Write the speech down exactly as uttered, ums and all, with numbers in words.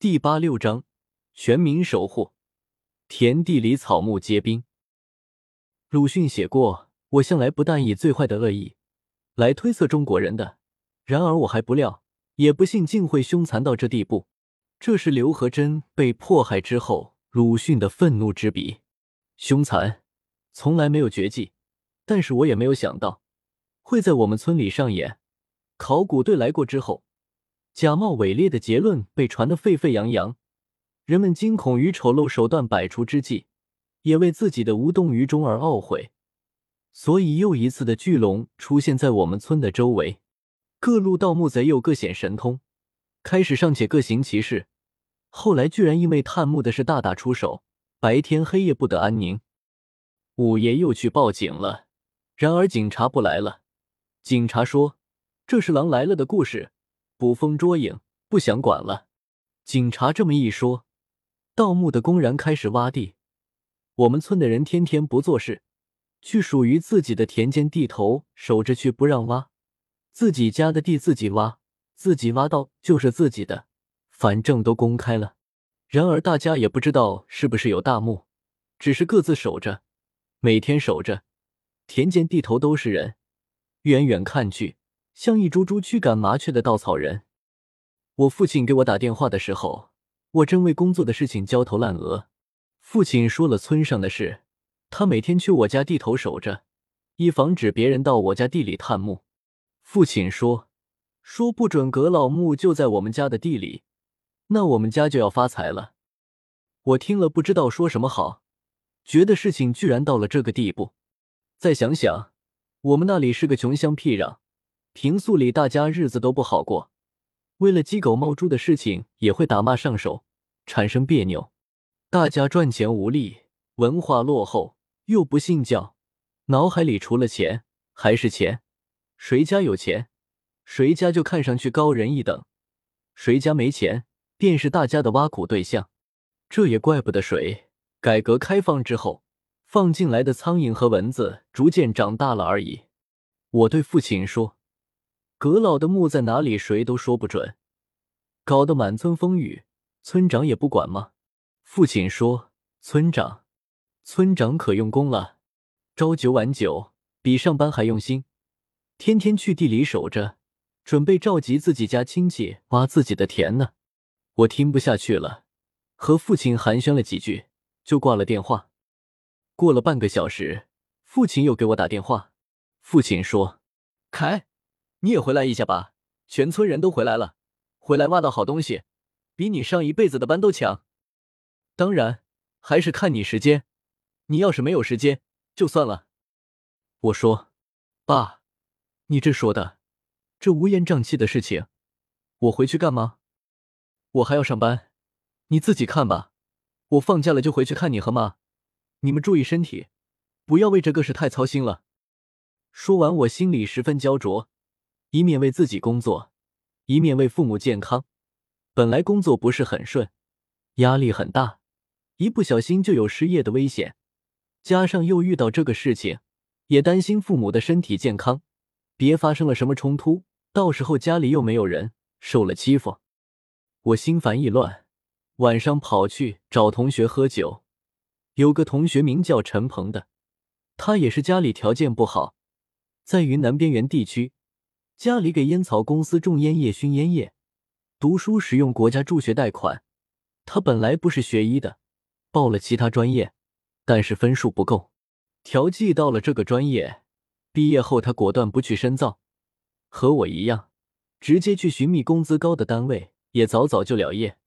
第八六章全民守护，田地里草木皆兵。鲁迅写过，我向来不但以最坏的恶意来推测中国人的，然而我还不料也不信竟会凶残到这地步。这是刘和珍被迫害之后鲁迅的愤怒之笔。凶残从来没有绝技，但是我也没有想到会在我们村里上演。考古队来过之后，假冒伪劣的结论被传得沸沸扬扬，人们惊恐于丑陋手段百出之际，也为自己的无动于衷而懊悔。所以又一次的巨龙出现在我们村的周围，各路盗墓贼又各显神通，开始尚且各行其事，后来居然因为探墓的事大打出手，白天黑夜不得安宁。五爷又去报警了，然而警察不来了。警察说这是狼来了的故事，捕风捉影，不想管了。警察这么一说，盗墓的公然开始挖地。我们村的人天天不做事，去属于自己的田间地头守着，却不让挖。自己家的地自己挖，自己挖到就是自己的，反正都公开了。然而大家也不知道是不是有大墓，只是各自守着，每天守着，田间地头都是人，远远看去像一株株驱赶麻雀的稻草人。我父亲给我打电话的时候，我正为工作的事情焦头烂额。父亲说了村上的事，他每天去我家地头守着，以防止别人到我家地里探墓。父亲说，说不准葛老墓就在我们家的地里，那我们家就要发财了。我听了不知道说什么好，觉得事情居然到了这个地步。再想想，我们那里是个穷乡僻壤，平素里大家日子都不好过，为了鸡狗猫猪的事情也会打骂上手，产生别扭。大家赚钱无力，文化落后，又不信教，脑海里除了钱还是钱，谁家有钱，谁家就看上去高人一等，谁家没钱，便是大家的挖苦对象。这也怪不得水改革开放之后放进来的苍蝇和蚊子逐渐长大了而已。我对父亲说，葛老的墓在哪里谁都说不准，搞得满村风雨，村长也不管吗？父亲说，村长村长可用功了，朝九晚九，比上班还用心，天天去地里守着，准备召集自己家亲戚挖自己的田呢。我听不下去了，和父亲寒暄了几句，就挂了电话。过了半个小时，父亲又给我打电话。父亲说，凯，你也回来一下吧，全村人都回来了，回来挖到好东西，比你上一辈子的班都强。当然，还是看你时间，你要是没有时间，就算了。我说，爸，你这说的，这乌烟瘴气的事情，我回去干嘛？我还要上班，你自己看吧，我放假了就回去看你和妈，你们注意身体，不要为这个事太操心了。说完，我心里十分焦灼，一面为自己工作，一面为父母健康。本来工作不是很顺，压力很大，一不小心就有失业的危险，加上又遇到这个事情，也担心父母的身体健康，别发生了什么冲突，到时候家里又没有人，受了欺负。我心烦意乱，晚上跑去找同学喝酒。有个同学名叫陈鹏的，他也是家里条件不好，在云南边缘地区，家里给烟草公司种烟叶熏烟叶，读书使用国家助学贷款。他本来不是学医的，报了其他专业，但是分数不够，调剂到了这个专业。毕业后他果断不去深造，和我一样，直接去寻觅工资高的单位，也早早就了业。